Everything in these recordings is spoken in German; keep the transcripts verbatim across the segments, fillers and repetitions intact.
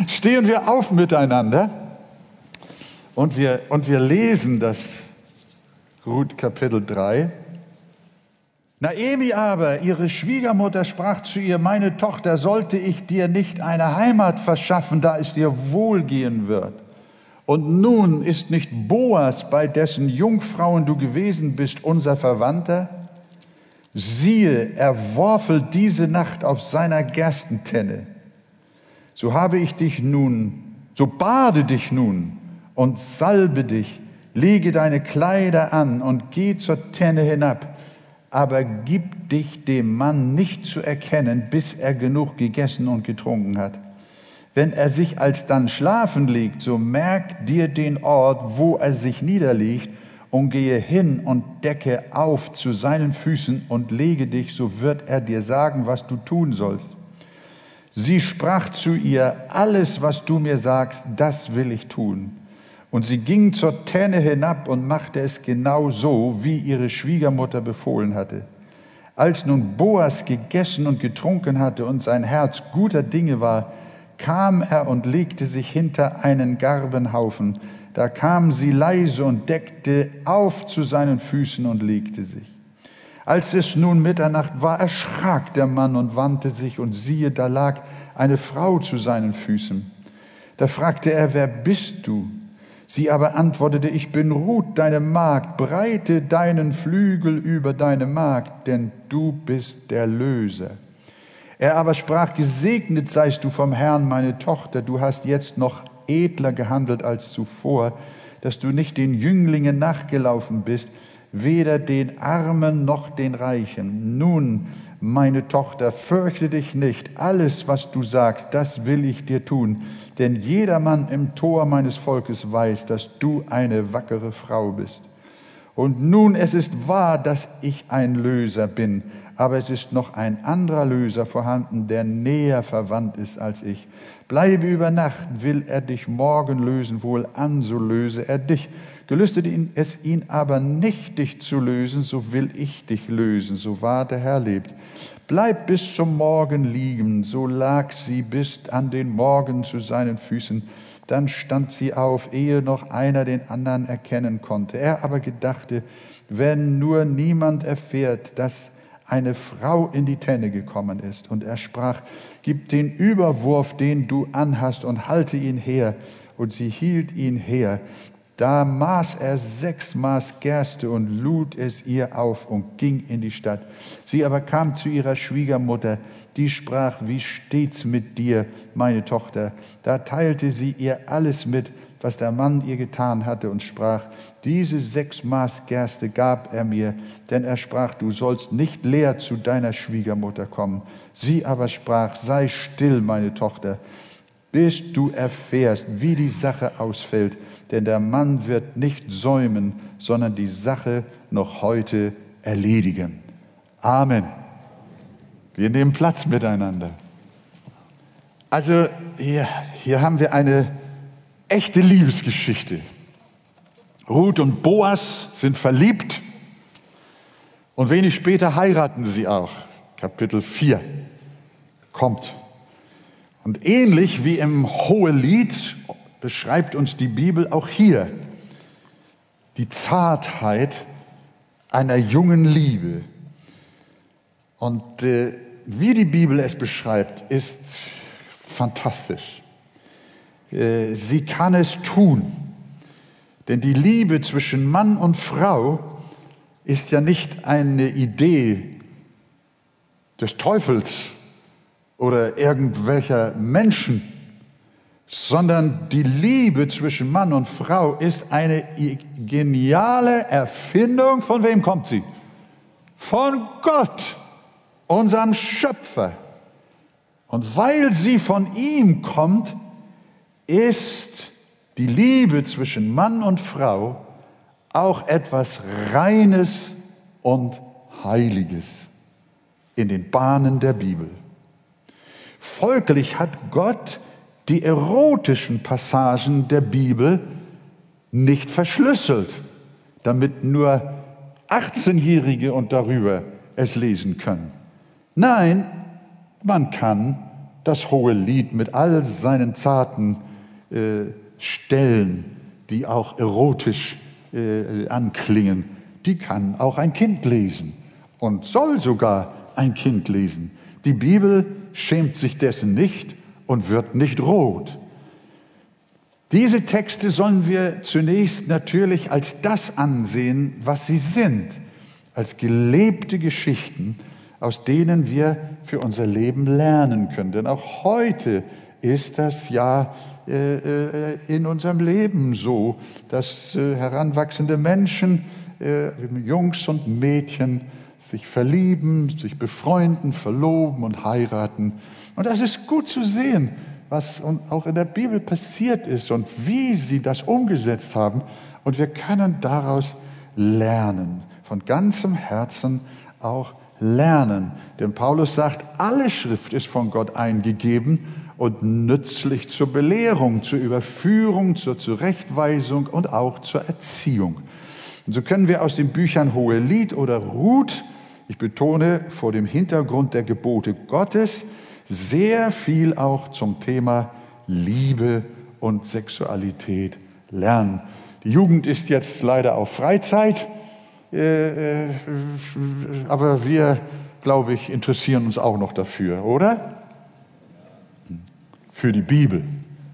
Stehen wir auf miteinander und wir, und wir lesen das Ruth Kapitel drei. Naemi aber, ihre Schwiegermutter, sprach zu ihr: Meine Tochter, sollte ich dir nicht eine Heimat verschaffen, da es dir wohlgehen wird? Und nun ist nicht Boas, bei dessen Jungfrauen du gewesen bist, unser Verwandter? Siehe, er worfelt diese Nacht auf seiner Gerstentenne. So habe ich dich nun, so bade dich nun und salbe dich, lege deine Kleider an und geh zur Tenne hinab. Aber gib dich dem Mann nicht zu erkennen, bis er genug gegessen und getrunken hat. Wenn er sich alsdann schlafen legt, so merk dir den Ort, wo er sich niederlegt, und gehe hin und decke auf zu seinen Füßen und lege dich, so wird er dir sagen, was du tun sollst. Sie sprach zu ihr: Alles, was du mir sagst, das will ich tun. Und sie ging zur Tenne hinab und machte es genau so, wie ihre Schwiegermutter befohlen hatte. Als nun Boas gegessen und getrunken hatte und sein Herz guter Dinge war, kam er und legte sich hinter einen Garbenhaufen. Da kam sie leise und deckte auf zu seinen Füßen und legte sich. Als es nun Mitternacht war, erschrak der Mann und wandte sich, und siehe, da lag eine Frau zu seinen Füßen. Da fragte er: Wer bist du? Sie aber antwortete: Ich bin Ruth, deine Magd, breite deinen Flügel über deine Magd, denn du bist der Löser. Er aber sprach: Gesegnet seist du vom Herrn, meine Tochter, du hast jetzt noch edler gehandelt als zuvor, dass du nicht den Jünglingen nachgelaufen bist, weder den Armen noch den Reichen. Nun, meine Tochter, fürchte dich nicht, alles, was du sagst, das will ich dir tun, denn jedermann im Tor meines Volkes weiß, dass du eine wackere Frau bist. Und nun, es ist wahr, dass ich ein Löser bin, aber es ist noch ein anderer Löser vorhanden, der näher verwandt ist als ich. Bleibe über Nacht, will er dich morgen lösen, wohlan, so löse er dich. Gelüstet es ihn aber nicht, dich zu lösen, so will ich dich lösen, so wahr der Herr lebt. Bleib bis zum Morgen liegen, so lag sie bis an den Morgen zu seinen Füßen. Dann stand sie auf, ehe noch einer den anderen erkennen konnte. Er aber gedachte: Wenn nur niemand erfährt, dass eine Frau in die Tenne gekommen ist. Und er sprach: Gib den Überwurf, den du anhast, und halte ihn her. Und sie hielt ihn her. Da maß er sechs Maß Gerste und lud es ihr auf und ging in die Stadt. Sie aber kam zu ihrer Schwiegermutter, die sprach: Wie steht's mit dir, meine Tochter? Da teilte sie ihr alles mit, was der Mann ihr getan hatte, und sprach: Diese sechs Maß Gerste gab er mir, denn er sprach: Du sollst nicht leer zu deiner Schwiegermutter kommen. Sie aber sprach: Sei still, meine Tochter, bis du erfährst, wie die Sache ausfällt, denn der Mann wird nicht säumen, sondern die Sache noch heute erledigen. Amen. Wir nehmen Platz miteinander. Also hier, hier haben wir eine echte Liebesgeschichte. Ruth und Boas sind verliebt und wenig später heiraten sie auch. Kapitel vier kommt. Und ähnlich wie im Hohelied beschreibt uns die Bibel auch hier die Zartheit einer jungen Liebe. Und äh, wie die Bibel es beschreibt, ist fantastisch. Äh, sie kann es tun, denn die Liebe zwischen Mann und Frau ist ja nicht eine Idee des Teufels oder irgendwelcher Menschen, sondern die Liebe zwischen Mann und Frau ist eine geniale Erfindung. Von wem kommt sie? Von Gott, unserem Schöpfer. Und weil sie von ihm kommt, ist die Liebe zwischen Mann und Frau auch etwas Reines und Heiliges in den Bahnen der Bibel. Folglich hat Gott die erotischen Passagen der Bibel nicht verschlüsselt, damit nur achtzehnjährige und darüber es lesen können. Nein, man kann das hohe Lied mit all seinen zarten äh, Stellen, die auch erotisch äh, anklingen, die kann auch ein Kind lesen und soll sogar ein Kind lesen. Die Bibel schämt sich dessen nicht und wird nicht rot. Diese Texte sollen wir zunächst natürlich als das ansehen, was sie sind, als gelebte Geschichten, aus denen wir für unser Leben lernen können. Denn auch heute ist das ja äh, in unserem Leben so, dass äh, heranwachsende Menschen, äh, Jungs und Mädchen, sich verlieben, sich befreunden, verloben und heiraten. Und das ist gut zu sehen, was auch in der Bibel passiert ist und wie sie das umgesetzt haben. Und wir können daraus lernen, von ganzem Herzen auch lernen. Denn Paulus sagt, alle Schrift ist von Gott eingegeben und nützlich zur Belehrung, zur Überführung, zur Zurechtweisung und auch zur Erziehung. Und so können wir aus den Büchern Hohelied oder Ruth, ich betone vor dem Hintergrund der Gebote Gottes, sehr viel auch zum Thema Liebe und Sexualität lernen. Die Jugend ist jetzt leider auf Freizeit, äh, äh, aber wir, glaube ich, interessieren uns auch noch dafür, oder? Für die Bibel.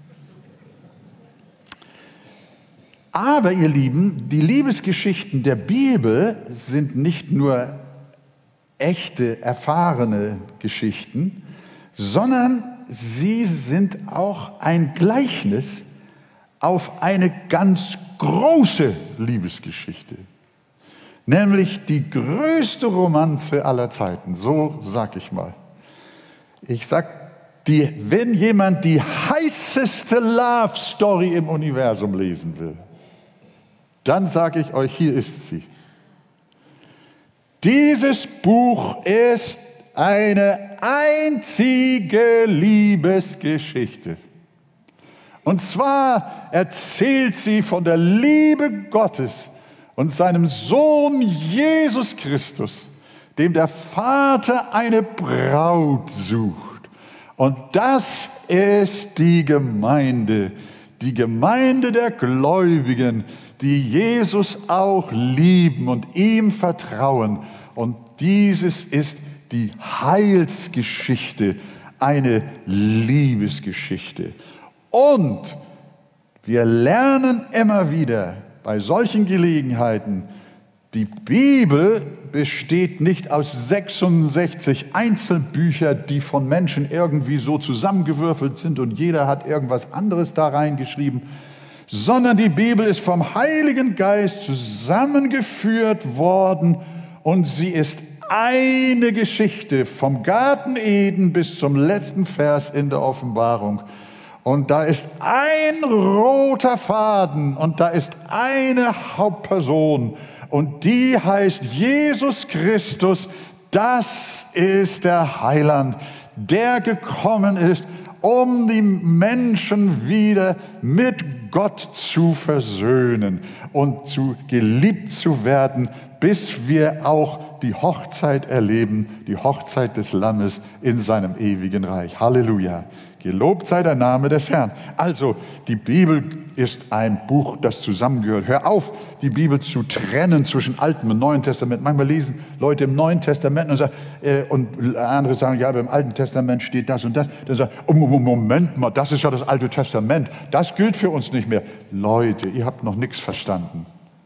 Aber, ihr Lieben, die Liebesgeschichten der Bibel sind nicht nur echte, erfahrene Geschichten, sondern sie sind auch ein Gleichnis auf eine ganz große Liebesgeschichte, nämlich die größte Romanze aller Zeiten, so sag ich mal. Ich sag, die, wenn jemand die heißeste Love Story im Universum lesen will, dann sage ich euch, hier ist sie. Dieses Buch ist eine einzige Liebesgeschichte. Und zwar erzählt sie von der Liebe Gottes und seinem Sohn Jesus Christus, dem der Vater eine Braut sucht. Und das ist die Gemeinde, die Gemeinde der Gläubigen, die Jesus auch lieben und ihm vertrauen. Und dieses ist die Heilsgeschichte, eine Liebesgeschichte. Und wir lernen immer wieder bei solchen Gelegenheiten, die Bibel besteht nicht aus sechsundsechzig Einzelbüchern, die von Menschen irgendwie so zusammengewürfelt sind und jeder hat irgendwas anderes da reingeschrieben, sondern die Bibel ist vom Heiligen Geist zusammengeführt worden und sie ist eine Geschichte vom Garten Eden bis zum letzten Vers in der Offenbarung. Und da ist ein roter Faden und da ist eine Hauptperson und die heißt Jesus Christus. Das ist der Heiland, der gekommen ist, um die Menschen wieder mit Gott zu versöhnen und zu geliebt zu werden, bis wir auch die Hochzeit erleben, die Hochzeit des Lammes in seinem ewigen Reich. Halleluja! Gelobt sei der Name des Herrn. Also, die Bibel ist ein Buch, das zusammengehört. Hör auf, die Bibel zu trennen zwischen Altem und Neuen Testament. Manchmal lesen Leute im Neuen Testament und, sagen, äh, und andere sagen, ja, aber im Alten Testament steht das und das. Dann sagen, oh, Moment mal, das ist ja das Alte Testament. Das gilt für uns nicht mehr. Leute, ihr habt noch nichts verstanden.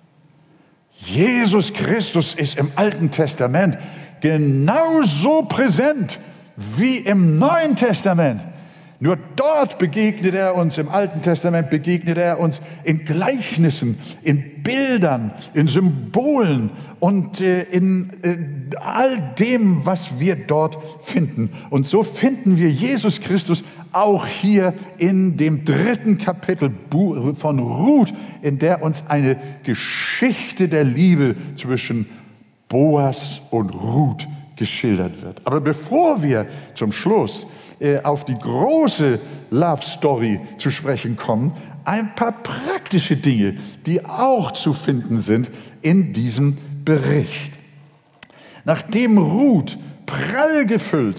Jesus Christus ist im Alten Testament genauso präsent wie im Neuen Testament. Nur dort begegnet er uns, im Alten Testament begegnet er uns in Gleichnissen, in Bildern, in Symbolen und äh, in äh, all dem, was wir dort finden. Und so finden wir Jesus Christus auch hier in dem dritten Kapitel von Ruth, in der uns eine Geschichte der Liebe zwischen Boas und Ruth geschildert wird. Aber bevor wir zum Schluss auf die große Love Story zu sprechen kommen, ein paar praktische Dinge, die auch zu finden sind in diesem Bericht. Nachdem Ruth prall gefüllt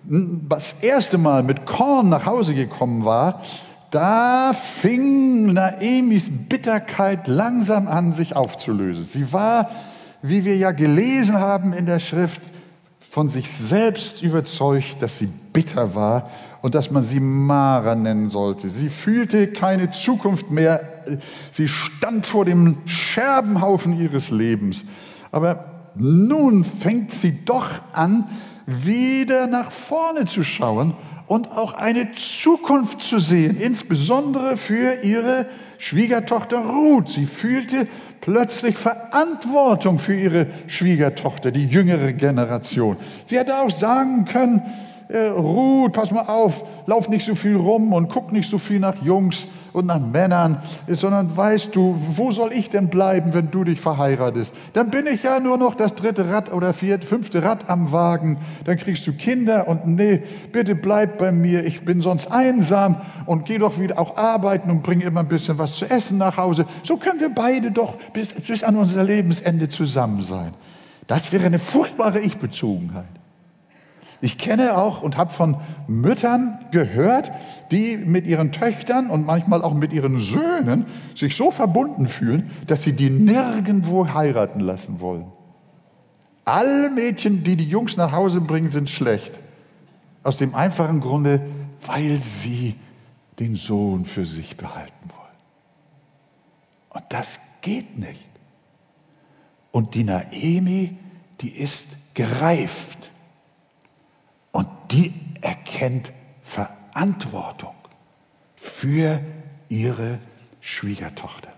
das erste Mal mit Korn nach Hause gekommen war, da fing Naemis Bitterkeit langsam an, sich aufzulösen. Sie war, wie wir ja gelesen haben in der Schrift, von sich selbst überzeugt, dass sie bitter war und dass man sie Mara nennen sollte. Sie fühlte keine Zukunft mehr. Sie stand vor dem Scherbenhaufen ihres Lebens. Aber nun fängt sie doch an, wieder nach vorne zu schauen und auch eine Zukunft zu sehen, insbesondere für ihre Schwiegertochter Ruth. Sie fühlte plötzlich Verantwortung für ihre Schwiegertochter, die jüngere Generation. Sie hätte auch sagen können, äh, Ruth, pass mal auf, lauf nicht so viel rum und guck nicht so viel nach Jungs und nach Männern, sondern weißt du, wo soll ich denn bleiben, wenn du dich verheiratest? Dann bin ich ja nur noch das dritte Rad oder vierte, fünfte Rad am Wagen, dann kriegst du Kinder und nee, bitte bleib bei mir, ich bin sonst einsam und geh doch wieder auch arbeiten und bring immer ein bisschen was zu essen nach Hause. So können wir beide doch bis, bis an unser Lebensende zusammen sein. Das wäre eine furchtbare Ich-Bezogenheit. Ich kenne auch und habe von Müttern gehört, die mit ihren Töchtern und manchmal auch mit ihren Söhnen sich so verbunden fühlen, dass sie die nirgendwo heiraten lassen wollen. Alle Mädchen, die die Jungs nach Hause bringen, sind schlecht. Aus dem einfachen Grunde, weil sie den Sohn für sich behalten wollen. Und das geht nicht. Und die Naemi, die ist gereift. Und die erkennt Verantwortung für ihre Schwiegertochter.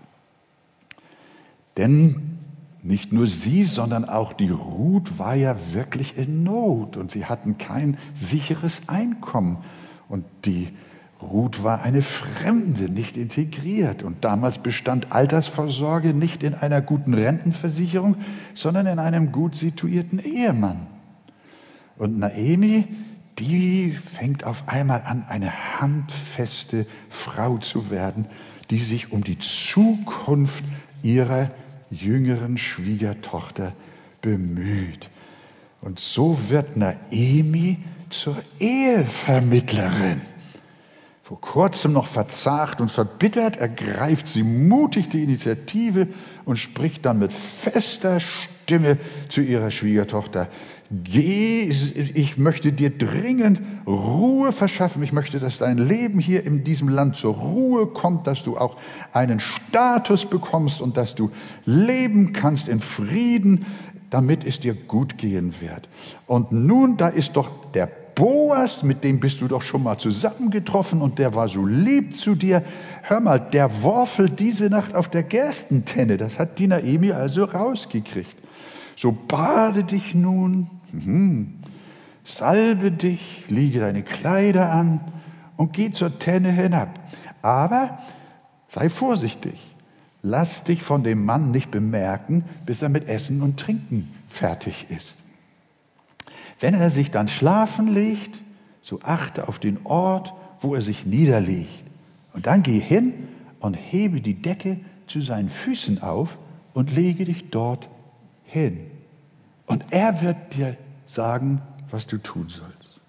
Denn nicht nur sie, sondern auch die Ruth war ja wirklich in Not und sie hatten kein sicheres Einkommen. Und die Ruth war eine Fremde, nicht integriert. Und damals bestand Altersvorsorge nicht in einer guten Rentenversicherung, sondern in einem gut situierten Ehemann. Und Naemi, die fängt auf einmal an, eine handfeste Frau zu werden, die sich um die Zukunft ihrer jüngeren Schwiegertochter bemüht. Und so wird Naemi zur Ehevermittlerin. Vor kurzem noch verzagt und verbittert, ergreift sie mutig die Initiative und spricht dann mit fester Stimme zu ihrer Schwiegertochter: Geh, ich möchte dir dringend Ruhe verschaffen. Ich möchte, dass dein Leben hier in diesem Land zur Ruhe kommt, dass du auch einen Status bekommst und dass du leben kannst in Frieden, damit es dir gut gehen wird. Und nun, da ist doch der Boas, mit dem bist du doch schon mal zusammengetroffen und der war so lieb zu dir. Hör mal, der worfelt diese Nacht auf der Gerstentenne. Das hat die Naemi also rausgekriegt. So bade dich nun, mhm, salbe dich, lege deine Kleider an und geh zur Tenne hinab. Aber sei vorsichtig, lass dich von dem Mann nicht bemerken, bis er mit Essen und Trinken fertig ist. Wenn er sich dann schlafen legt, so achte auf den Ort, wo er sich niederlegt. Und dann geh hin und hebe die Decke zu seinen Füßen auf und lege dich dort hin. Und er wird dir sagen, was du tun sollst.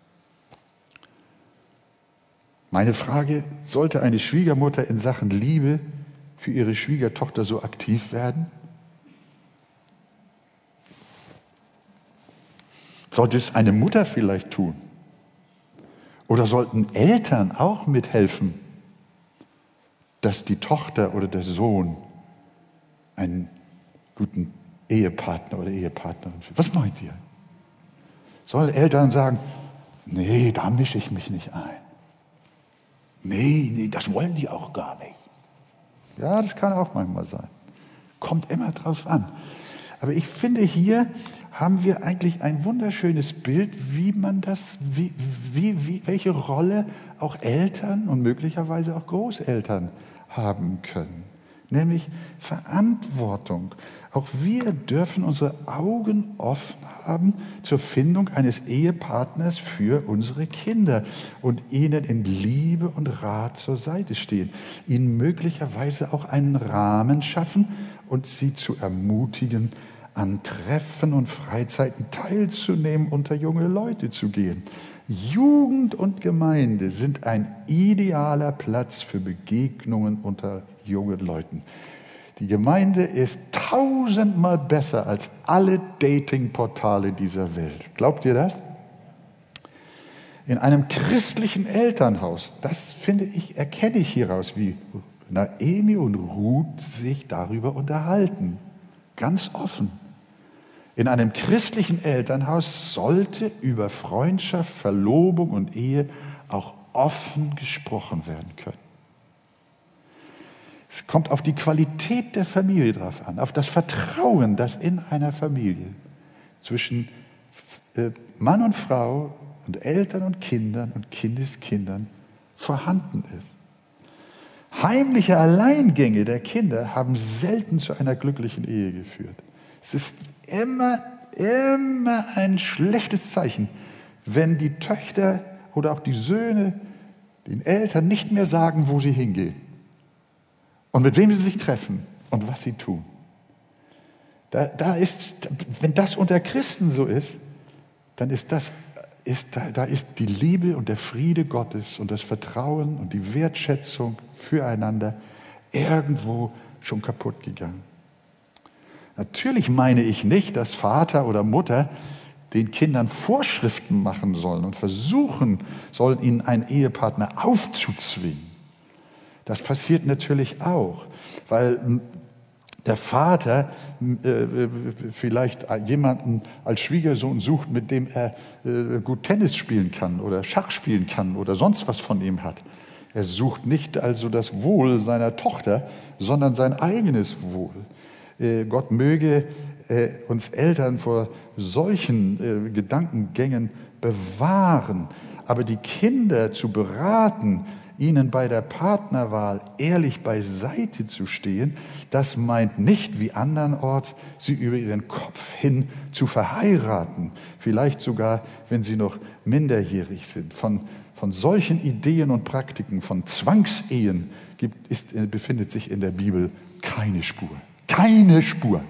Meine Frage: Sollte eine Schwiegermutter in Sachen Liebe für ihre Schwiegertochter so aktiv werden? Sollte es eine Mutter vielleicht tun? Oder sollten Eltern auch mithelfen, dass die Tochter oder der Sohn einen guten Ehepartner oder Ehepartnerin findet? Was meint ihr? Sollen Eltern sagen, nee, da mische ich mich nicht ein. Nee, nee, das wollen die auch gar nicht. Ja, das kann auch manchmal sein. Kommt immer drauf an. Aber ich finde, hier haben wir eigentlich ein wunderschönes Bild, wie man das, wie, wie, wie, welche Rolle auch Eltern und möglicherweise auch Großeltern haben können. Nämlich Verantwortung. Auch wir dürfen unsere Augen offen haben zur Findung eines Ehepartners für unsere Kinder und ihnen in Liebe und Rat zur Seite stehen. Ihnen möglicherweise auch einen Rahmen schaffen und sie zu ermutigen, an Treffen und Freizeiten teilzunehmen, unter junge Leute zu gehen. Jugend und Gemeinde sind ein idealer Platz für Begegnungen unter jungen Leuten. Die Gemeinde ist tausendmal besser als alle Datingportale dieser Welt. Glaubt ihr das? In einem christlichen Elternhaus, das finde ich, erkenne ich hieraus, wie Naomi und Ruth sich darüber unterhalten. Ganz offen. In einem christlichen Elternhaus sollte über Freundschaft, Verlobung und Ehe auch offen gesprochen werden können. Es kommt auf die Qualität der Familie drauf an, auf das Vertrauen, das in einer Familie zwischen Mann und Frau und Eltern und Kindern und Kindeskindern vorhanden ist. Heimliche Alleingänge der Kinder haben selten zu einer glücklichen Ehe geführt. Es ist immer, immer ein schlechtes Zeichen, wenn die Töchter oder auch die Söhne den Eltern nicht mehr sagen, wo sie hingehen und mit wem sie sich treffen und was sie tun. Da, da ist, wenn das unter Christen so ist, dann ist das, ist, da, da ist die Liebe und der Friede Gottes und das Vertrauen und die Wertschätzung füreinander irgendwo schon kaputt gegangen. Natürlich meine ich nicht, dass Vater oder Mutter den Kindern Vorschriften machen sollen und versuchen sollen, ihnen einen Ehepartner aufzuzwingen. Das passiert natürlich auch, weil der Vater äh, vielleicht jemanden als Schwiegersohn sucht, mit dem er äh, gut Tennis spielen kann oder Schach spielen kann oder sonst was von ihm hat. Er sucht nicht also das Wohl seiner Tochter, sondern sein eigenes Wohl. Äh, Gott möge äh, uns Eltern vor solchen äh, Gedankengängen bewahren. Aber die Kinder zu beraten, ihnen bei der Partnerwahl ehrlich beiseite zu stehen, das meint nicht wie andernorts, sie über ihren Kopf hin zu verheiraten, vielleicht sogar, wenn sie noch minderjährig sind. Von, von solchen Ideen und Praktiken, von Zwangsehen gibt, ist, befindet sich in der Bibel keine Spur. Keine Spur.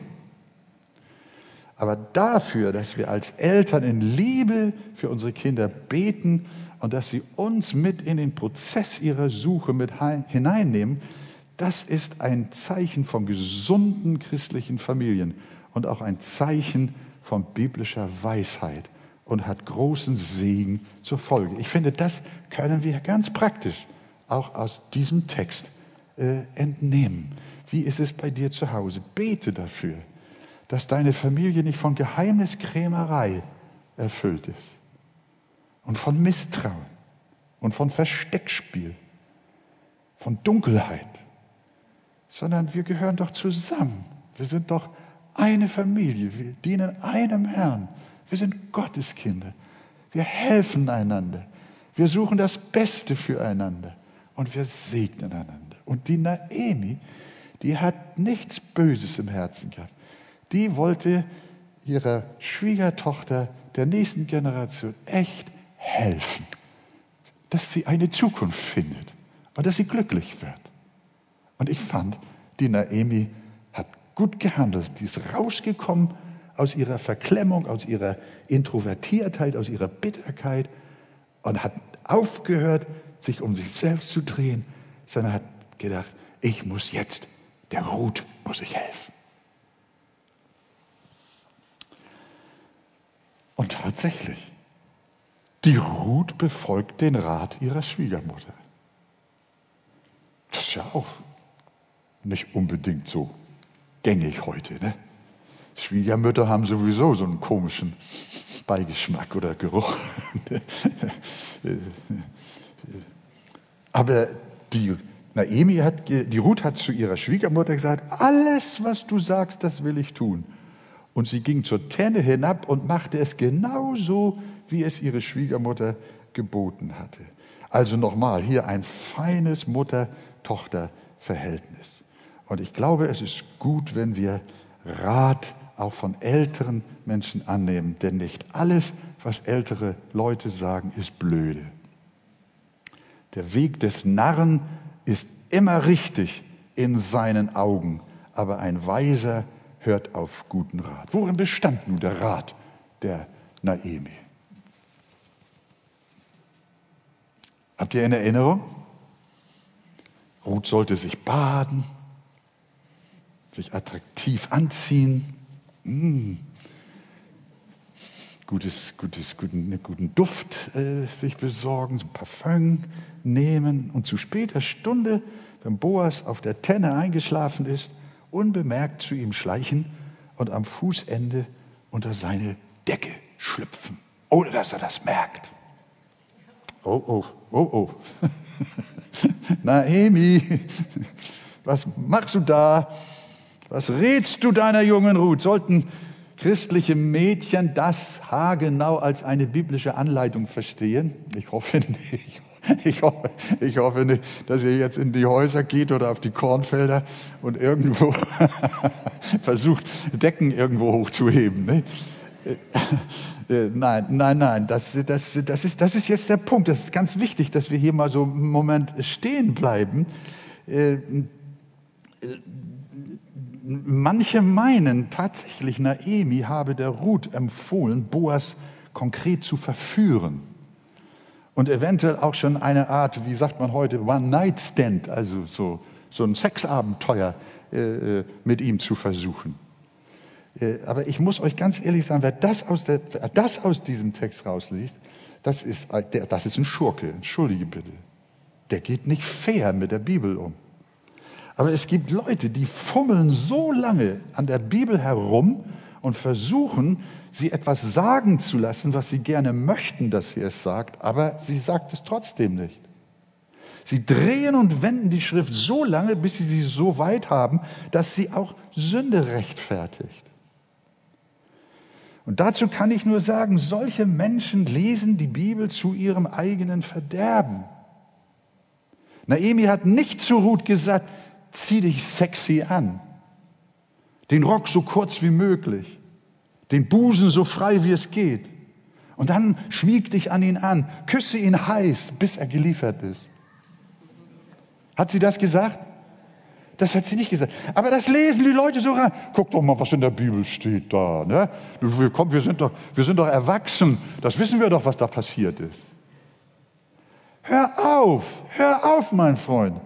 Aber dafür, dass wir als Eltern in Liebe für unsere Kinder beten und dass sie uns mit in den Prozess ihrer Suche mit hineinnehmen, das ist ein Zeichen von gesunden christlichen Familien und auch ein Zeichen von biblischer Weisheit und hat großen Segen zur Folge. Ich finde, das können wir ganz praktisch auch aus diesem Text äh, entnehmen. Wie ist es bei dir zu Hause? Bete dafür, dass deine Familie nicht von Geheimniskrämerei erfüllt ist und von Misstrauen und von Versteckspiel, von Dunkelheit, sondern wir gehören doch zusammen. Wir sind doch eine Familie, wir dienen einem Herrn. Wir sind Gottes Kinder. Wir helfen einander. Wir suchen das Beste füreinander und wir segnen einander. Und die Naomi, die hat nichts Böses im Herzen gehabt. Die wollte ihrer Schwiegertochter der nächsten Generation echt helfen, dass sie eine Zukunft findet und dass sie glücklich wird. Und ich fand, die Naomi hat gut gehandelt. Die ist rausgekommen aus ihrer Verklemmung, aus ihrer Introvertiertheit, aus ihrer Bitterkeit und hat aufgehört, sich um sich selbst zu drehen, sondern hat gedacht, ich muss jetzt, der Ruth muss ich helfen. Und tatsächlich, die Ruth befolgt den Rat ihrer Schwiegermutter. Das ist ja auch nicht unbedingt so gängig heute, ne? Schwiegermütter haben sowieso so einen komischen Beigeschmack oder Geruch. Aber die Naomi hat, die Ruth hat zu ihrer Schwiegermutter gesagt, alles, was du sagst, das will ich tun. Und sie ging zur Tenne hinab und machte es genauso, wie es ihre Schwiegermutter geboten hatte. Also nochmal, hier ein feines Mutter-Tochter-Verhältnis. Und ich glaube, es ist gut, wenn wir Rat auch von älteren Menschen annehmen, denn nicht alles, was ältere Leute sagen, ist blöde. Der Weg des Narren ist immer richtig in seinen Augen, aber ein Weiser hört auf guten Rat. Worin bestand nun der Rat der Naomi? Habt ihr in Erinnerung? Ruth sollte sich baden, sich attraktiv anziehen, mm. gutes, gutes, guten, guten Duft äh, sich besorgen, so ein Parfüm nehmen und zu später Stunde, wenn Boas auf der Tenne eingeschlafen ist, unbemerkt zu ihm schleichen und am Fußende unter seine Decke schlüpfen, ohne dass er das merkt. Oh, oh, oh, oh. Naomi, was machst du da? Was rätst du deiner jungen Ruth? Sollten christliche Mädchen das haargenau als eine biblische Anleitung verstehen? Ich hoffe nicht. Ich hoffe, ich hoffe nicht, dass ihr jetzt in die Häuser geht oder auf die Kornfelder und irgendwo versucht, Decken irgendwo hochzuheben. Ne? Nein, nein, nein, das, das, das, ist, das ist jetzt der Punkt. Das ist ganz wichtig, dass wir hier mal so einen Moment stehen bleiben. Manche meinen tatsächlich, Naomi habe der Ruth empfohlen, Boas konkret zu verführen. Und eventuell auch schon eine Art, wie sagt man heute, One-Night-Stand, also so, so ein Sexabenteuer äh, mit ihm zu versuchen. Äh, aber ich muss euch ganz ehrlich sagen, wer das aus, der, wer das aus diesem Text rausliest, das ist, der, das ist ein Schurke, entschuldige bitte. Der geht nicht fair mit der Bibel um. Aber es gibt Leute, die fummeln so lange an der Bibel herum und versuchen, sie etwas sagen zu lassen, was sie gerne möchten, dass sie es sagt, aber sie sagt es trotzdem nicht. Sie drehen und wenden die Schrift so lange, bis sie sie so weit haben, dass sie auch Sünde rechtfertigt. Und dazu kann ich nur sagen, solche Menschen lesen die Bibel zu ihrem eigenen Verderben. Naomi hat nicht zu Ruth gesagt, zieh dich sexy an, den Rock so kurz wie möglich, den Busen so frei wie es geht. Und dann schmieg dich an ihn an, küsse ihn heiß, bis er geliefert ist. Hat sie das gesagt? Das hat sie nicht gesagt. Aber das lesen die Leute so rein. Guck doch mal, was in der Bibel steht da. Ne? Komm, wir sind doch, wir sind doch erwachsen. Das wissen wir doch, was da passiert ist. Hör auf, hör auf, mein Freund.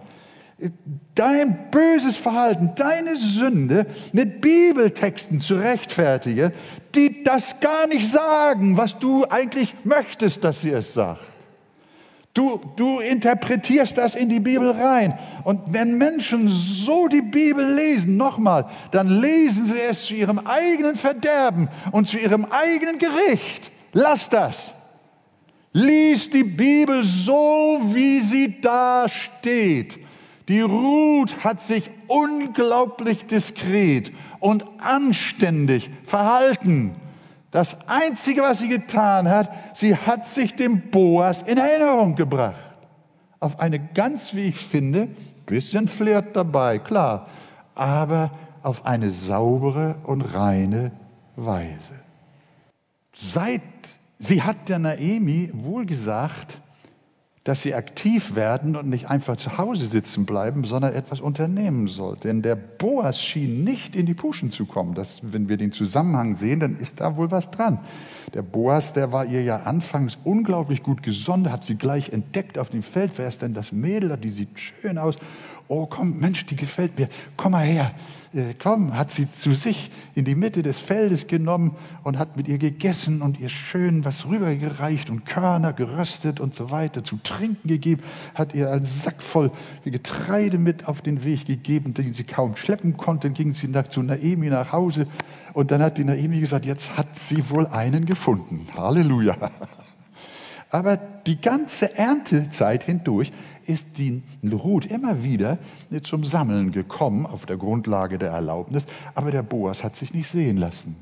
Dein böses Verhalten, deine Sünde mit Bibeltexten zu rechtfertigen, die das gar nicht sagen, was du eigentlich möchtest, dass sie es sagt. Du, du interpretierst das in die Bibel rein. Und wenn Menschen so die Bibel lesen, nochmal, dann lesen sie es zu ihrem eigenen Verderben und zu ihrem eigenen Gericht. Lass das. Lies die Bibel so, wie sie da steht. Die Ruth hat sich unglaublich diskret und anständig verhalten. Das Einzige, was sie getan hat, sie hat sich dem Boas in Erinnerung gebracht. Auf eine ganz, wie ich finde, bisschen Flirt dabei, klar, aber auf eine saubere und reine Weise. Seit, sie hat der Naomi wohl gesagt, dass sie aktiv werden und nicht einfach zu Hause sitzen bleiben, sondern etwas unternehmen soll. Denn der Boas schien nicht in die Puschen zu kommen. Das, wenn wir den Zusammenhang sehen, dann ist da wohl was dran. Der Boas, der war ihr ja anfangs unglaublich gut gesonnen, hat sie gleich entdeckt auf dem Feld. Wer ist denn das Mädel? Die sieht schön aus. Oh, komm, Mensch, die gefällt mir. Komm mal her. Äh, komm, hat sie zu sich in die Mitte des Feldes genommen und hat mit ihr gegessen und ihr schön was rübergereicht und Körner geröstet und so weiter zu trinken gegeben, hat ihr einen Sack voll Getreide mit auf den Weg gegeben, den sie kaum schleppen konnte. Dann ging sie nach, zu Naomi nach Hause und dann hat die Naomi gesagt, jetzt hat sie wohl einen gefunden. Halleluja. Aber die ganze Erntezeit hindurch ist die Ruth immer wieder zum Sammeln gekommen auf der Grundlage der Erlaubnis, aber der Boas hat sich nicht sehen lassen.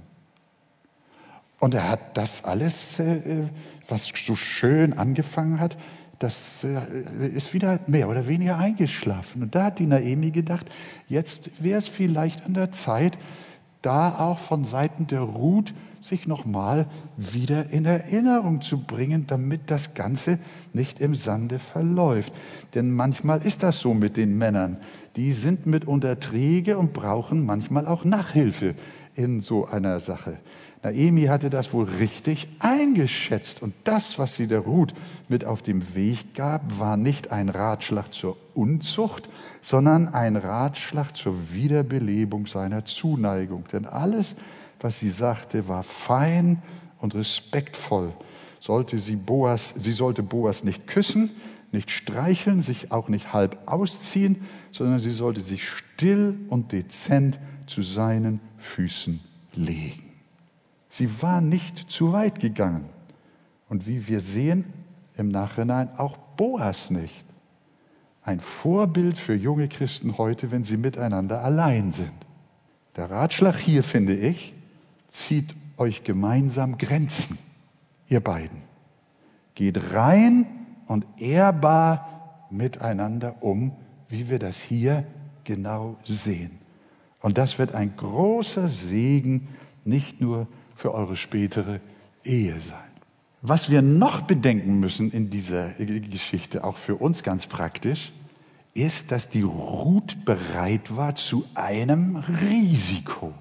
Und er hat das alles, was so schön angefangen hat, das ist wieder mehr oder weniger eingeschlafen. Und da hat die Naomi gedacht, jetzt wäre es vielleicht an der Zeit, da auch von Seiten der Ruth sich nochmal wieder in Erinnerung zu bringen, damit das Ganze nicht im Sande verläuft. Denn manchmal ist das so mit den Männern. Die sind mitunter träge und brauchen manchmal auch Nachhilfe in so einer Sache. Naomi hatte das wohl richtig eingeschätzt. Und das, was sie der Ruth mit auf den Weg gab, war nicht ein Ratschlag zur Unzucht, sondern ein Ratschlag zur Wiederbelebung seiner Zuneigung. Denn alles, was sie sagte, war fein und respektvoll. Sollte sie, Boas, sie sollte Boas nicht küssen, nicht streicheln, sich auch nicht halb ausziehen, sondern sie sollte sich still und dezent zu seinen Füßen legen. Sie war nicht zu weit gegangen. Und wie wir sehen im Nachhinein, auch Boas nicht. Ein Vorbild für junge Christen heute, wenn sie miteinander allein sind. Der Ratschlag hier, finde ich, zieht euch gemeinsam Grenzen, ihr beiden. Geht rein und ehrbar miteinander um, wie wir das hier genau sehen. Und das wird ein großer Segen, nicht nur für eure spätere Ehe sein. Was wir noch bedenken müssen in dieser Geschichte, auch für uns ganz praktisch, ist, dass die Ruth bereit war zu einem Risiko.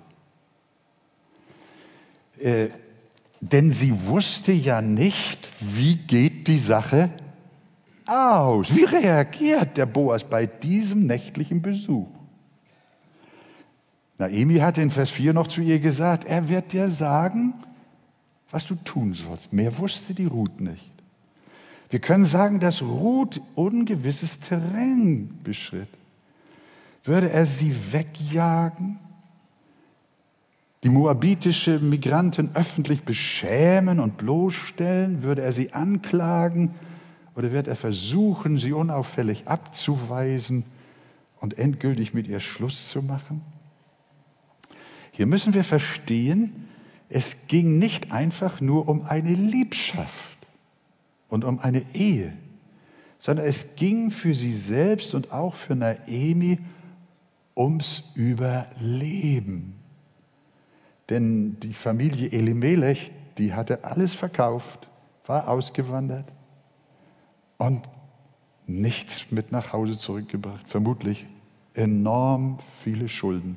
Äh, denn sie wusste ja nicht, wie geht die Sache aus? Wie reagiert der Boas bei diesem nächtlichen Besuch? Naomi hatte in Vers vier noch zu ihr gesagt, er wird dir sagen, was du tun sollst. Mehr wusste die Ruth nicht. Wir können sagen, dass Ruth ungewisses Terrain beschritt. Würde er sie wegjagen? Die moabitische Migranten öffentlich beschämen und bloßstellen? Würde er sie anklagen? Oder wird er versuchen, sie unauffällig abzuweisen und endgültig mit ihr Schluss zu machen? Hier müssen wir verstehen, es ging nicht einfach nur um eine Liebschaft und um eine Ehe, sondern es ging für sie selbst und auch für Naomi ums Überleben. Denn die Familie Elimelech, die hatte alles verkauft, war ausgewandert und nichts mit nach Hause zurückgebracht. Vermutlich enorm viele Schulden.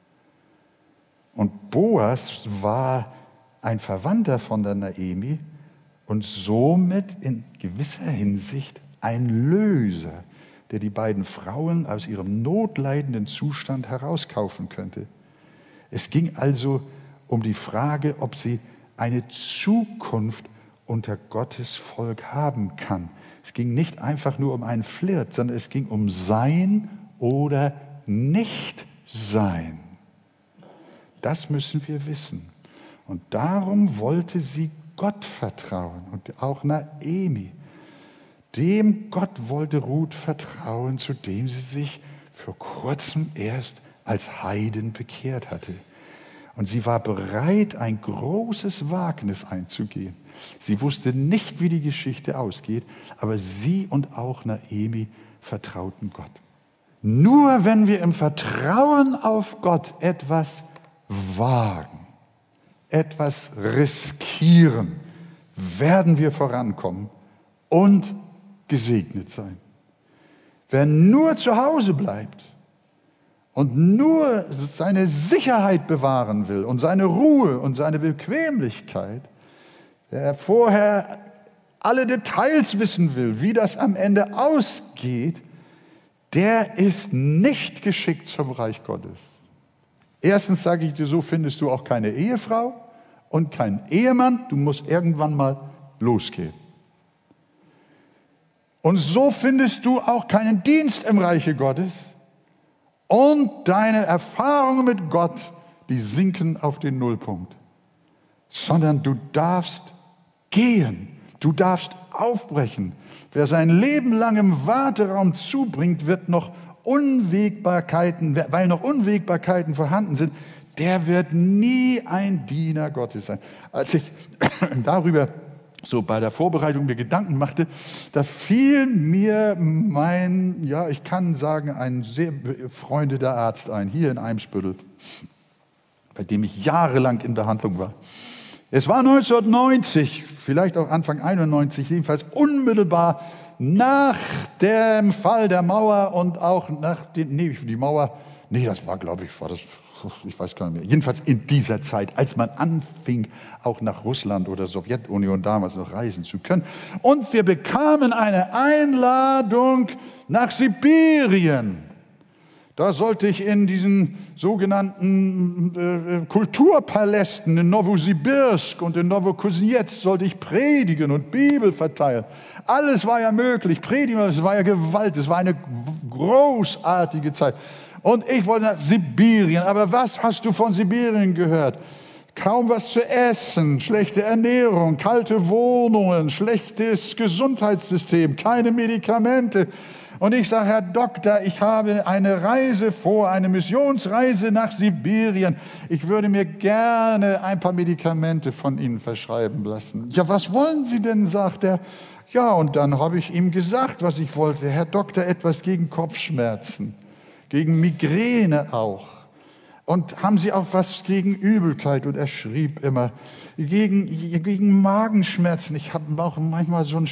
Und Boas war ein Verwandter von der Naomi und somit in gewisser Hinsicht ein Löser, der die beiden Frauen aus ihrem notleidenden Zustand herauskaufen könnte. Es ging also um die Frage, ob sie eine Zukunft unter Gottes Volk haben kann. Es ging nicht einfach nur um einen Flirt, sondern es ging um Sein oder Nicht-Sein. Das müssen wir wissen. Und darum wollte sie Gott vertrauen und auch Naomi. Dem Gott wollte Ruth vertrauen, zu dem sie sich vor kurzem erst als Heiden bekehrt hatte. Und sie war bereit, ein großes Wagnis einzugehen. Sie wusste nicht, wie die Geschichte ausgeht, aber sie und auch Naomi vertrauten Gott. Nur wenn wir im Vertrauen auf Gott etwas wagen, etwas riskieren, werden wir vorankommen und gesegnet sein. Wer nur zu Hause bleibt und nur seine Sicherheit bewahren will und seine Ruhe und seine Bequemlichkeit, der vorher alle Details wissen will, wie das am Ende ausgeht, der ist nicht geschickt zum Reich Gottes. Erstens sage ich dir, so findest du auch keine Ehefrau und keinen Ehemann. Du musst irgendwann mal losgehen. Und so findest du auch keinen Dienst im Reiche Gottes. Und deine Erfahrungen mit Gott, die sinken auf den Nullpunkt. Sondern du darfst gehen. Du darfst aufbrechen. Wer sein Leben lang im Warteraum zubringt, wird noch Unwägbarkeiten, weil noch Unwägbarkeiten vorhanden sind, der wird nie ein Diener Gottes sein. Als ich darüber so bei der Vorbereitung mir Gedanken machte, da fiel mir mein, ja, ich kann sagen, ein sehr befreundeter Arzt ein, hier in Eimsbüttel, bei dem ich jahrelang in Behandlung war. Es war neunzehnhundertneunzig, vielleicht auch Anfang einundneunzig, jedenfalls unmittelbar nach dem Fall der Mauer und auch nach den, nee, die Mauer, nee, das war, glaube ich, war das, ich weiß gar nicht mehr, jedenfalls in dieser Zeit, als man anfing, auch nach Russland oder Sowjetunion damals noch reisen zu können. Und wir bekamen eine Einladung nach Sibirien. Da sollte ich in diesen sogenannten äh, Kulturpalästen in Nowosibirsk und in Novokuznetsk sollte ich predigen und Bibel verteilen. Alles war ja möglich. Predigen, es war ja Gewalt. Es war eine großartige Zeit. Und ich wollte nach Sibirien. Aber was hast du von Sibirien gehört? Kaum was zu essen, schlechte Ernährung, kalte Wohnungen, schlechtes Gesundheitssystem, keine Medikamente. Und ich sage, Herr Doktor, ich habe eine Reise vor, eine Missionsreise nach Sibirien. Ich würde mir gerne ein paar Medikamente von Ihnen verschreiben lassen. Ja, was wollen Sie denn, sagt er. Ja, und dann habe ich ihm gesagt, was ich wollte. Herr Doktor, etwas gegen Kopfschmerzen, gegen Migräne auch. Und haben Sie auch was gegen Übelkeit? Und er schrieb immer, gegen, gegen Magenschmerzen. Ich habe auch manchmal so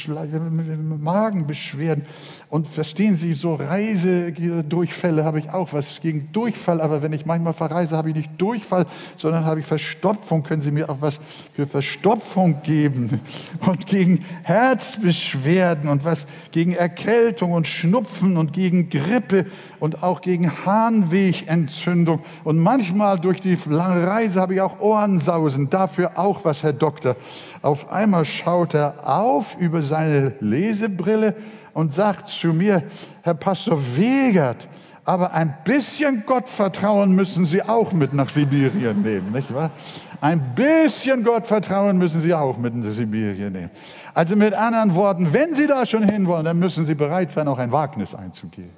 ein Magenbeschwerden. Und verstehen Sie, so Reisedurchfälle habe ich auch was gegen Durchfall. Aber wenn ich manchmal verreise, habe ich nicht Durchfall, sondern habe ich Verstopfung. Können Sie mir auch was für Verstopfung geben? Und gegen Herzbeschwerden und was gegen Erkältung und Schnupfen und gegen Grippe und auch gegen Harnwegentzündung. Und manchmal durch die lange Reise habe ich auch Ohrensausen. Dafür auch was, Herr Doktor. Auf einmal schaut er auf über seine Lesebrille und sagt zu mir, Herr Pastor Wegert, aber ein bisschen Gottvertrauen müssen Sie auch mit nach Sibirien nehmen, nicht wahr? Ein bisschen Gottvertrauen müssen Sie auch mit nach Sibirien nehmen. Also mit anderen Worten, wenn Sie da schon hinwollen, dann müssen Sie bereit sein, auch ein Wagnis einzugehen.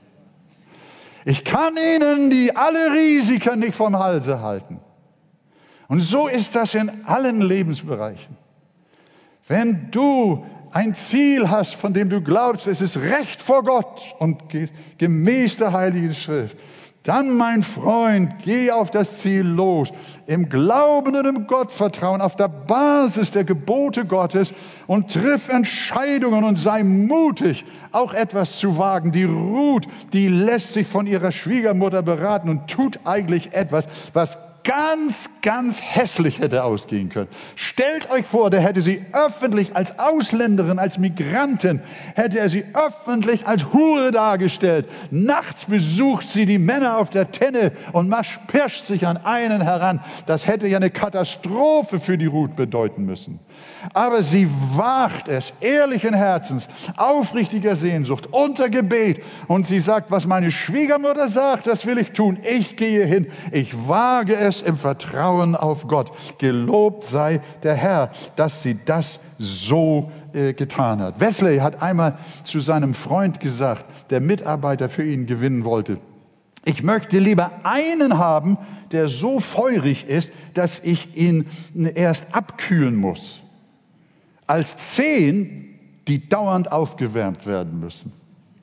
Ich kann Ihnen die alle Risiken nicht vom Halse halten. Und so ist das in allen Lebensbereichen. Wenn du ein Ziel hast, von dem du glaubst, es ist recht vor Gott und gemäß der Heiligen Schrift, dann, mein Freund, geh auf das Ziel los, im Glauben und im Gottvertrauen, auf der Basis der Gebote Gottes und triff Entscheidungen und sei mutig, auch etwas zu wagen. Die Ruth, die lässt sich von ihrer Schwiegermutter beraten und tut eigentlich etwas, was ganz, ganz hässlich hätte ausgehen können. Stellt euch vor, der hätte sie öffentlich als Ausländerin, als Migrantin, hätte er sie öffentlich als Hure dargestellt. Nachts besucht sie die Männer auf der Tenne und pirscht sich an einen heran. Das hätte ja eine Katastrophe für die Ruth bedeuten müssen. Aber sie wagt es, ehrlichen Herzens, aufrichtiger Sehnsucht, unter Gebet. Und sie sagt, was meine Schwiegermutter sagt, das will ich tun. Ich gehe hin. Ich wage es im Vertrauen auf Gott. Gelobt sei der Herr, dass sie das so äh, getan hat. Wesley hat einmal zu seinem Freund gesagt, der Mitarbeiter für ihn gewinnen wollte, ich möchte lieber einen haben, der so feurig ist, dass ich ihn erst abkühlen muss, als zehn, die dauernd aufgewärmt werden müssen.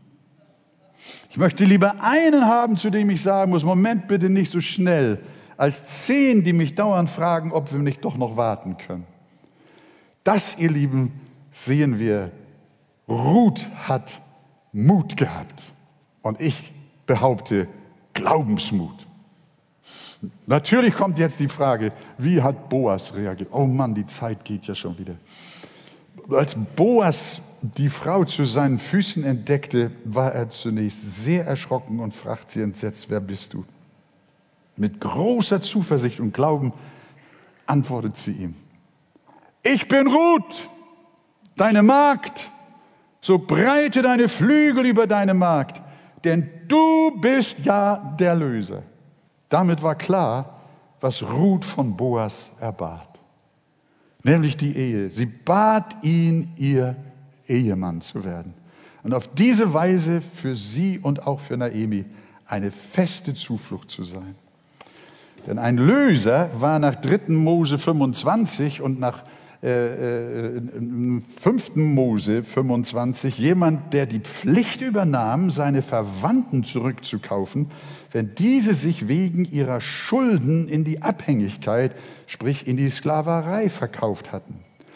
Ich möchte lieber einen haben, zu dem ich sagen muss, Moment bitte nicht so schnell, als zehn, die mich dauernd fragen, ob wir nicht doch noch warten können. Das, ihr Lieben, sehen wir. Ruth hat Mut gehabt. Und ich behaupte, Glaubensmut. Natürlich kommt jetzt die Frage, wie hat Boas reagiert? Oh Mann, die Zeit geht ja schon wieder. Als Boas die Frau zu seinen Füßen entdeckte, war er zunächst sehr erschrocken und fragte sie entsetzt, wer bist du? Mit großer Zuversicht und Glauben antwortet sie ihm, ich bin Ruth, deine Magd, so breite deine Flügel über deine Magd, denn du bist ja der Löser. Damit war klar, was Ruth von Boas erbat, nämlich die Ehe. Sie bat ihn, ihr Ehemann zu werden und auf diese Weise für sie und auch für Naomi eine feste Zuflucht zu sein. Denn ein Löser war nach dritten Mose fünfundzwanzig und nach äh, äh, fünften Mose fünfundzwanzig jemand, der die Pflicht übernahm, seine Verwandten zurückzukaufen, wenn diese sich wegen ihrer Schulden in die Abhängigkeit, sprich in die Sklaverei verkauft hatten.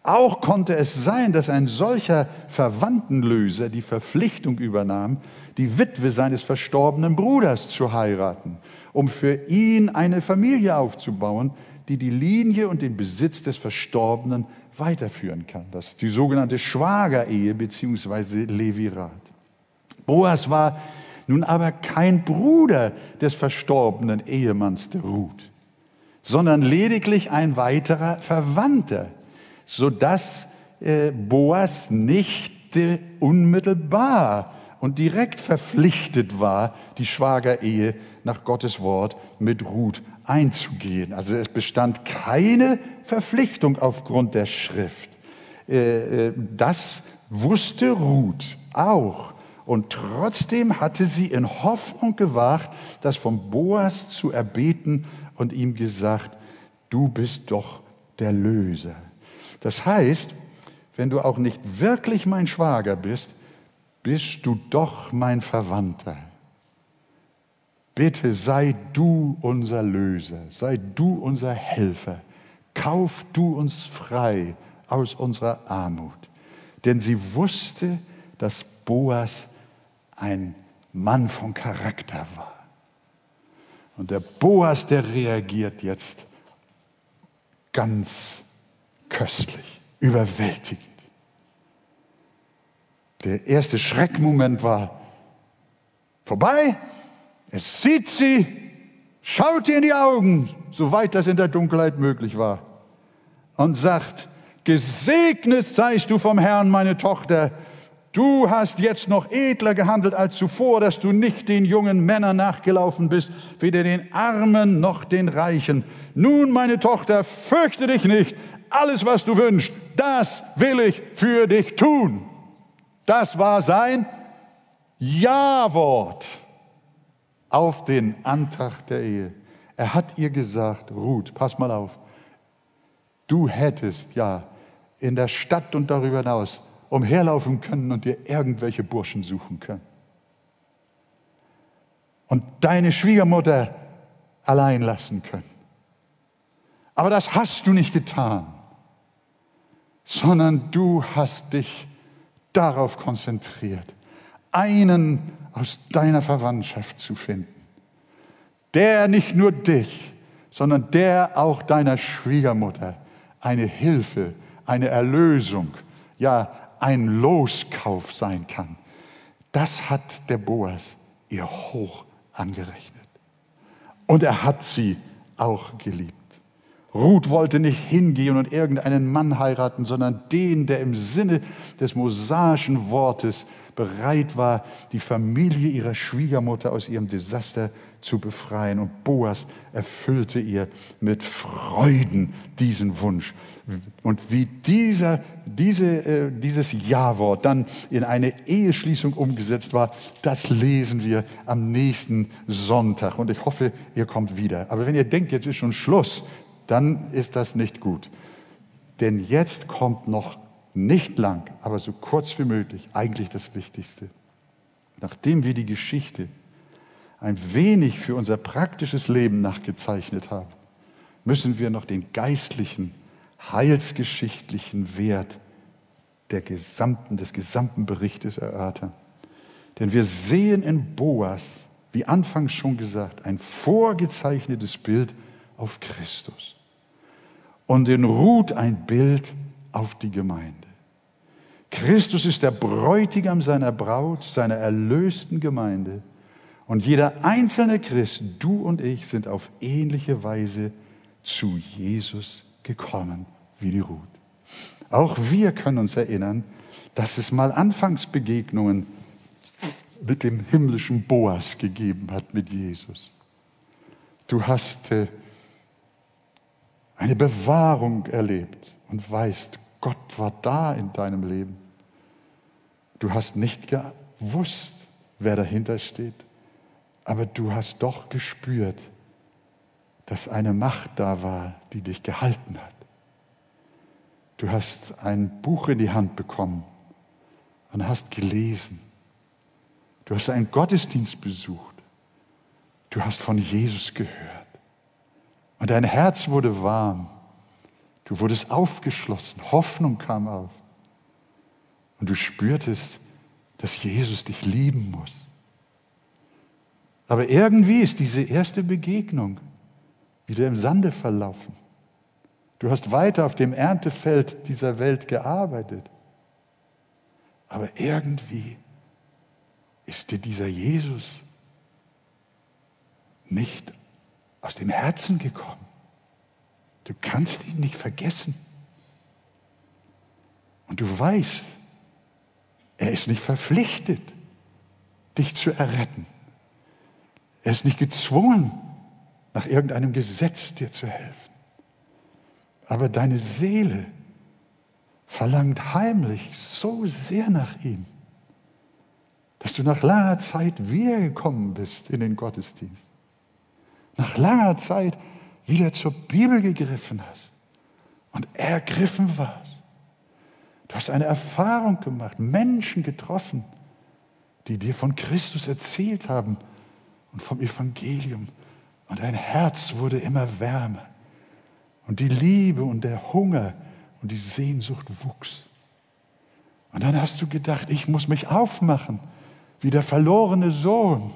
Auch konnte es sein, dass ein solcher Verwandtenlöser die Verpflichtung übernahm, die Witwe seines verstorbenen Bruders zu heiraten, um für ihn eine Familie aufzubauen, die die Linie und den Besitz des Verstorbenen weiterführen kann. Das ist die sogenannte Schwagerehe bzw. Levirat. Boas war nun aber kein Bruder des verstorbenen Ehemanns der Ruth, sondern lediglich ein weiterer Verwandter, sodass äh, Boas nicht äh, unmittelbar und direkt verpflichtet war, die Schwagerehe nach Gottes Wort mit Ruth einzugehen. Also es bestand keine Verpflichtung aufgrund der Schrift. Äh, äh, das wusste Ruth auch. Und trotzdem hatte sie in Hoffnung gewagt, das von Boas zu erbeten und ihm gesagt, du bist doch der Löser. Das heißt, wenn du auch nicht wirklich mein Schwager bist, bist du doch mein Verwandter. Bitte sei du unser Löser, sei du unser Helfer. Kauf du uns frei aus unserer Armut. Denn sie wusste, dass Boas ein Mann von Charakter war. Und der Boas, der reagiert jetzt ganz köstlich, überwältigend. Der erste Schreckmoment war vorbei. Es sieht sie, schaut ihr in die Augen, soweit das in der Dunkelheit möglich war, und sagt, gesegnet seist du vom Herrn, meine Tochter. Du hast jetzt noch edler gehandelt als zuvor, dass du nicht den jungen Männern nachgelaufen bist, weder den Armen noch den Reichen. Nun, meine Tochter, fürchte dich nicht. Alles, was du wünschst, das will ich für dich tun. Das war sein Ja-Wort auf den Antrag der Ehe. Er hat ihr gesagt, Ruth, pass mal auf, du hättest ja in der Stadt und darüber hinaus umherlaufen können und dir irgendwelche Burschen suchen können. Und deine Schwiegermutter allein lassen können. Aber das hast du nicht getan, sondern du hast dich darauf konzentriert, einen aus deiner Verwandtschaft zu finden, der nicht nur dich, sondern der auch deiner Schwiegermutter eine Hilfe, eine Erlösung, ja, ein Loskauf sein kann. Das hat der Boas ihr hoch angerechnet. Und er hat sie auch geliebt. Ruth wollte nicht hingehen und irgendeinen Mann heiraten, sondern den, der im Sinne des mosaischen Wortes bereit war, die Familie ihrer Schwiegermutter aus ihrem Desaster zu befreien. Und Boas erfüllte ihr mit Freuden diesen Wunsch. Und wie dieser, diese, äh, dieses Ja-Wort dann in eine Eheschließung umgesetzt war, das lesen wir am nächsten Sonntag. Und ich hoffe, ihr kommt wieder. Aber wenn ihr denkt, jetzt ist schon Schluss, dann ist das nicht gut. Denn jetzt kommt noch nicht lang, aber so kurz wie möglich, eigentlich das Wichtigste. Nachdem wir die Geschichte ein wenig für unser praktisches Leben nachgezeichnet haben, müssen wir noch den geistlichen, heilsgeschichtlichen Wert der gesamten, des gesamten Berichtes erörtern. Denn wir sehen in Boas, wie anfangs schon gesagt, ein vorgezeichnetes Bild auf Christus. Und in Ruth ein Bild auf die Gemeinde. Christus ist der Bräutigam seiner Braut, seiner erlösten Gemeinde. Und jeder einzelne Christ, du und ich, sind auf ähnliche Weise zu Jesus gekommen wie die Ruth. Auch wir können uns erinnern, dass es mal Anfangsbegegnungen mit dem himmlischen Boas gegeben hat, mit Jesus. Du hast äh, eine Bewahrung erlebt und weißt, Gott war da in deinem Leben. Du hast nicht gewusst, wer dahinter steht, aber du hast doch gespürt, dass eine Macht da war, die dich gehalten hat. Du hast ein Buch in die Hand bekommen und hast gelesen. Du hast einen Gottesdienst besucht. Du hast von Jesus gehört. Und dein Herz wurde warm. Du wurdest aufgeschlossen, Hoffnung kam auf. Und du spürtest, dass Jesus dich lieben muss. Aber irgendwie ist diese erste Begegnung wieder im Sande verlaufen. Du hast weiter auf dem Erntefeld dieser Welt gearbeitet. Aber irgendwie ist dir dieser Jesus nicht aus dem Herzen gekommen. Du kannst ihn nicht vergessen. Und du weißt, er ist nicht verpflichtet, dich zu erretten. Er ist nicht gezwungen, nach irgendeinem Gesetz dir zu helfen. Aber deine Seele verlangt heimlich so sehr nach ihm, dass du nach langer Zeit wiedergekommen bist in den Gottesdienst. Nach langer Zeit wieder zur Bibel gegriffen hast und ergriffen warst. Du hast eine Erfahrung gemacht, Menschen getroffen, die dir von Christus erzählt haben und vom Evangelium. Und dein Herz wurde immer wärmer. Und die Liebe und der Hunger und die Sehnsucht wuchs. Und dann hast du gedacht, ich muss mich aufmachen, wie der verlorene Sohn.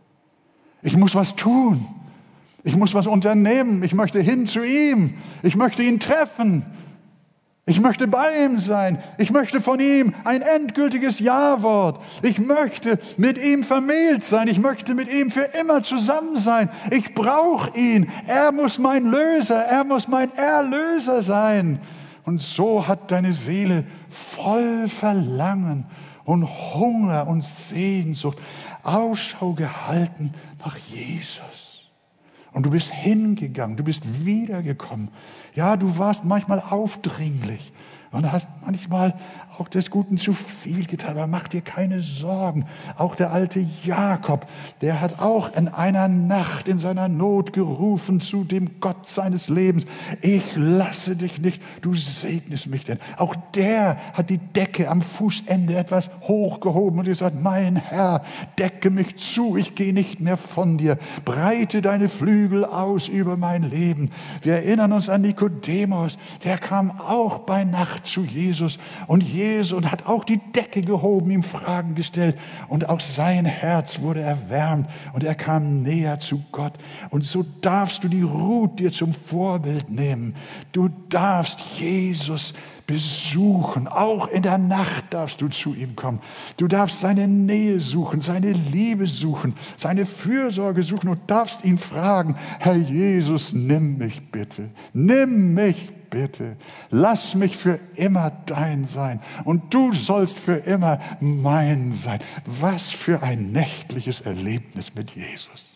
Ich muss was tun. Ich muss was unternehmen. Ich möchte hin zu ihm. Ich möchte ihn treffen. Ich möchte bei ihm sein. Ich möchte von ihm ein endgültiges Ja-Wort. Ich möchte mit ihm vermählt sein. Ich möchte mit ihm für immer zusammen sein. Ich brauche ihn. Er muss mein Löser. Er muss mein Erlöser sein. Und so hat deine Seele voll Verlangen und Hunger und Sehnsucht Ausschau gehalten nach Jesus. Und du bist hingegangen, du bist wiedergekommen. Ja, du warst manchmal aufdringlich und hast manchmal auch des Guten zu viel getan. Aber mach dir keine Sorgen. Auch der alte Jakob, der hat auch in einer Nacht in seiner Not gerufen zu dem Gott seines Lebens. Ich lasse dich nicht, du segnest mich denn. Auch der hat die Decke am Fußende etwas hochgehoben und gesagt, mein Herr, decke mich zu, ich gehe nicht mehr von dir. Breite deine Flügel aus über mein Leben. Wir erinnern uns an Nikodemus, der kam auch bei Nacht zu Jesus und Jesus und hat auch die Decke gehoben, ihm Fragen gestellt und auch sein Herz wurde erwärmt und er kam näher zu Gott. Und so darfst du die Ruth dir zum Vorbild nehmen. Du darfst Jesus besuchen. Auch in der Nacht darfst du zu ihm kommen. Du darfst seine Nähe suchen, seine Liebe suchen, seine Fürsorge suchen und darfst ihn fragen, Herr Jesus, nimm mich bitte, nimm mich bitte, lass mich für immer dein sein und du sollst für immer mein sein. Was für ein nächtliches Erlebnis mit Jesus.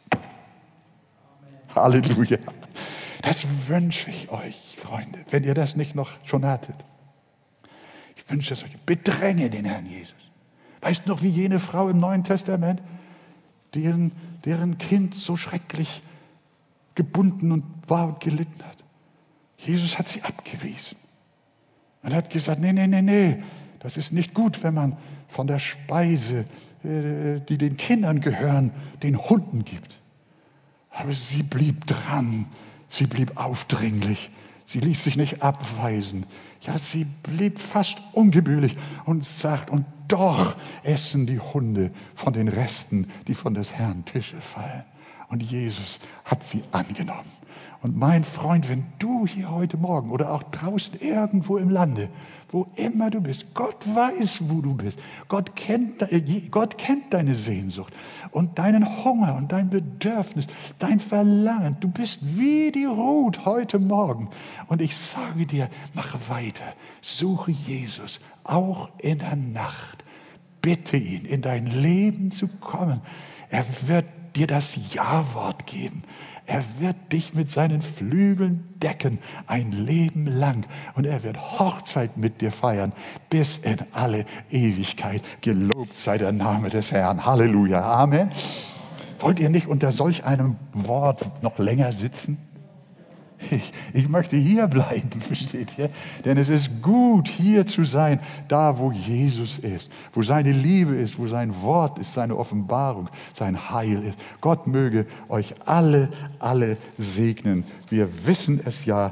Amen. Halleluja. Das wünsche ich euch, Freunde, wenn ihr das nicht noch schon hattet. Ich wünsche es euch. Bedränge den Herrn Jesus. Weißt du noch, wie jene Frau im Neuen Testament, deren, deren Kind so schrecklich gebunden und war und gelitten hat? Jesus hat sie abgewiesen. Er hat gesagt, nee, nee, nee, nee, das ist nicht gut, wenn man von der Speise, die den Kindern gehören, den Hunden gibt. Aber sie blieb dran, sie blieb aufdringlich, sie ließ sich nicht abweisen. Ja, sie blieb fast ungebührlich und sagt, und doch essen die Hunde von den Resten, die von des Herrn Tische fallen. Und Jesus hat sie angenommen. Und mein Freund, wenn du hier heute Morgen oder auch draußen irgendwo im Lande, wo immer du bist, Gott weiß, wo du bist. Gott kennt, Gott kennt deine Sehnsucht und deinen Hunger und dein Bedürfnis, dein Verlangen. Du bist wie die Ruth heute Morgen. Und ich sage dir, mach weiter. Suche Jesus, auch in der Nacht. Bitte ihn, in dein Leben zu kommen. Er wird dir das Ja-Wort geben. Er wird dich mit seinen Flügeln decken, ein Leben lang. Und er wird Hochzeit mit dir feiern, bis in alle Ewigkeit. Gelobt sei der Name des Herrn. Halleluja. Amen. Wollt ihr nicht unter solch einem Wort noch länger sitzen? Ich, ich möchte hier bleiben, versteht ihr? Denn es ist gut, hier zu sein, da wo Jesus ist, wo seine Liebe ist, wo sein Wort ist, seine Offenbarung, sein Heil ist. Gott möge euch alle, alle segnen. Wir wissen es ja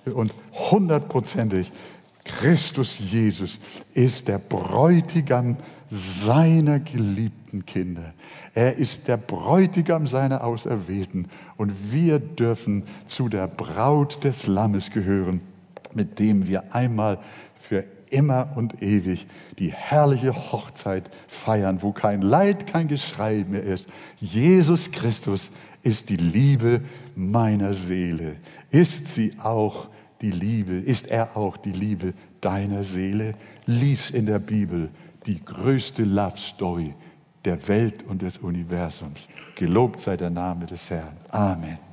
und hundertprozentig, Christus Jesus ist der Bräutigam seiner geliebten Kinder. Er ist der Bräutigam seiner Auserwählten und wir dürfen zu der Braut des Lammes gehören, mit dem wir einmal für immer und ewig die herrliche Hochzeit feiern, wo kein Leid, kein Geschrei mehr ist. Jesus Christus ist die Liebe meiner Seele. Ist sie auch die Liebe, ist er auch die Liebe deiner Seele? Lies in der Bibel die größte Love Story der Welt und des Universums. Gelobt sei der Name des Herrn. Amen.